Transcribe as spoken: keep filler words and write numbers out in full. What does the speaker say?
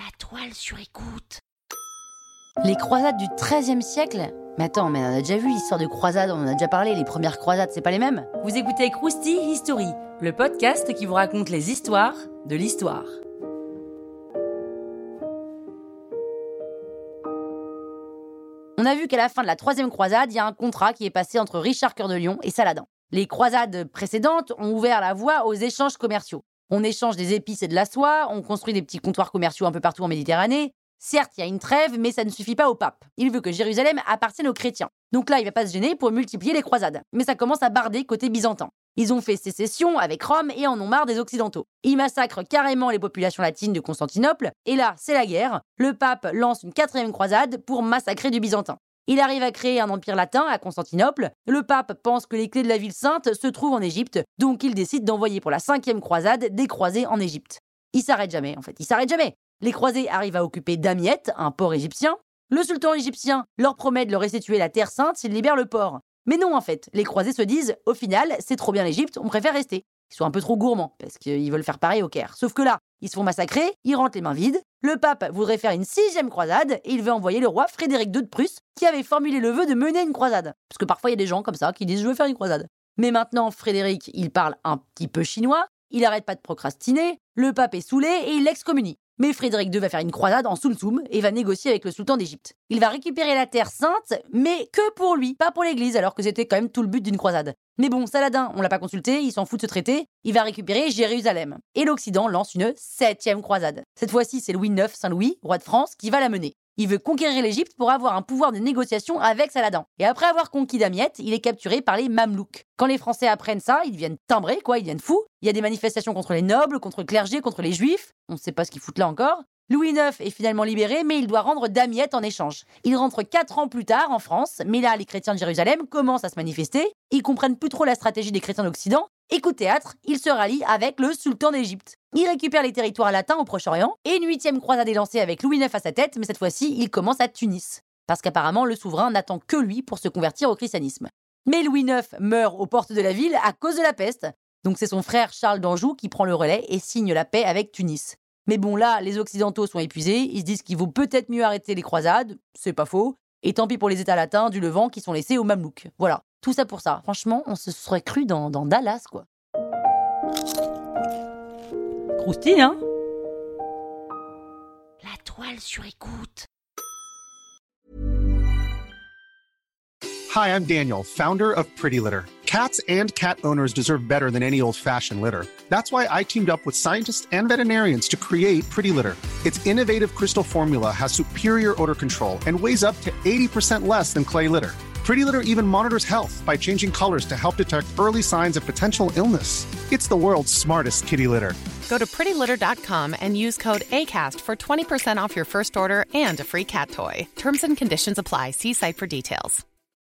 La toile sur écoute. Les croisades du treizième siècle ? Mais attends, mais on a déjà vu l'histoire de croisades, on en a déjà parlé, les premières croisades, c'est pas les mêmes ? Vous écoutez Krusty History, le podcast qui vous raconte les histoires de l'histoire. On a vu qu'à la fin de la troisième croisade, il y a un contrat qui est passé entre Richard Cœur de Lion et Saladin. Les croisades précédentes ont ouvert la voie aux échanges commerciaux. On échange des épices et de la soie, on construit des petits comptoirs commerciaux un peu partout en Méditerranée. Certes, il y a une trêve, mais ça ne suffit pas au pape. Il veut que Jérusalem appartienne aux chrétiens. Donc là, il va pas se gêner pour multiplier les croisades. Mais ça commence à barder côté byzantin. Ils ont fait sécession avec Rome et en ont marre des Occidentaux. Ils massacrent carrément les populations latines de Constantinople. Et là, c'est la guerre. Le pape lance une quatrième croisade pour massacrer du byzantin. Il arrive à créer un empire latin à Constantinople. Le pape pense que les clés de la ville sainte se trouvent en Égypte, donc il décide d'envoyer pour la cinquième croisade des croisés en Égypte. Il s'arrête jamais, en fait, il s'arrête jamais. Les croisés arrivent à occuper Damiette, un port égyptien. Le sultan égyptien leur promet de leur restituer la terre sainte s'ils libèrent le port. Mais non, en fait, les croisés se disent, au final, c'est trop bien l'Égypte, on préfère rester. Ils sont un peu trop gourmands, parce qu'ils veulent faire pareil au Caire. Sauf que là, ils se font massacrer, ils rentrent les mains vides. Le pape voudrait faire une sixième croisade et il veut envoyer le roi Frédéric deux de Prusse qui avait formulé le vœu de mener une croisade. Parce que parfois il y a des gens comme ça qui disent je veux faire une croisade. Mais maintenant Frédéric, il parle un petit peu chinois, il arrête pas de procrastiner, le pape est saoulé et il l'excommunie. Mais Frédéric deux va faire une croisade en Soum Soum et va négocier avec le sultan d'Égypte. Il va récupérer la terre sainte, mais que pour lui, pas pour l'église, alors que c'était quand même tout le but d'une croisade. Mais bon, Saladin, on l'a pas consulté, il s'en fout de ce traité, il va récupérer Jérusalem. Et l'Occident lance une septième croisade. Cette fois-ci, c'est Louis neuf, Saint-Louis, roi de France, qui va la mener. Il veut conquérir l'Égypte pour avoir un pouvoir de négociation avec Saladin. Et après avoir conquis Damiette, il est capturé par les Mamelouks. Quand les Français apprennent ça, ils deviennent timbrés, quoi, ils deviennent fous. Il y a des manifestations contre les nobles, contre le clergé, contre les juifs. On ne sait pas ce qu'ils foutent là encore. Louis neuf est finalement libéré, mais il doit rendre Damiette en échange. Il rentre quatre ans plus tard en France, mais là, les chrétiens de Jérusalem commencent à se manifester. Ils comprennent plus trop la stratégie des chrétiens d'Occident. Et coup de théâtre, il se rallie avec le sultan d'Égypte. Il récupère les territoires latins au Proche-Orient, et une huitième croisade est lancée avec Louis neuf à sa tête, mais cette fois-ci, il commence à Tunis. Parce qu'apparemment, le souverain n'attend que lui pour se convertir au christianisme. Mais Louis neuf meurt aux portes de la ville à cause de la peste. Donc c'est son frère Charles d'Anjou qui prend le relais et signe la paix avec Tunis. Mais bon, là, les Occidentaux sont épuisés, ils se disent qu'il vaut peut-être mieux arrêter les croisades, c'est pas faux, et tant pis pour les États latins du Levant qui sont laissés aux Mamelouks. Voilà, tout ça pour ça. Franchement, on se serait cru dans, dans Dallas, quoi. Krusty, hein ? La toile sur écoute. Hi, I'm Daniel, founder of Pretty Litter. Cats and cat owners deserve better than any old-fashioned litter. That's why I teamed up with scientists and veterinarians to create Pretty Litter. Its innovative crystal formula has superior odor control and weighs up to eighty percent less than clay litter. Pretty Litter even monitors health by changing colors to help detect early signs of potential illness. It's the world's smartest kitty litter. Go to pretty litter dot com and use code ACAST for twenty percent off your first order and a free cat toy. Terms and conditions apply. See site for details.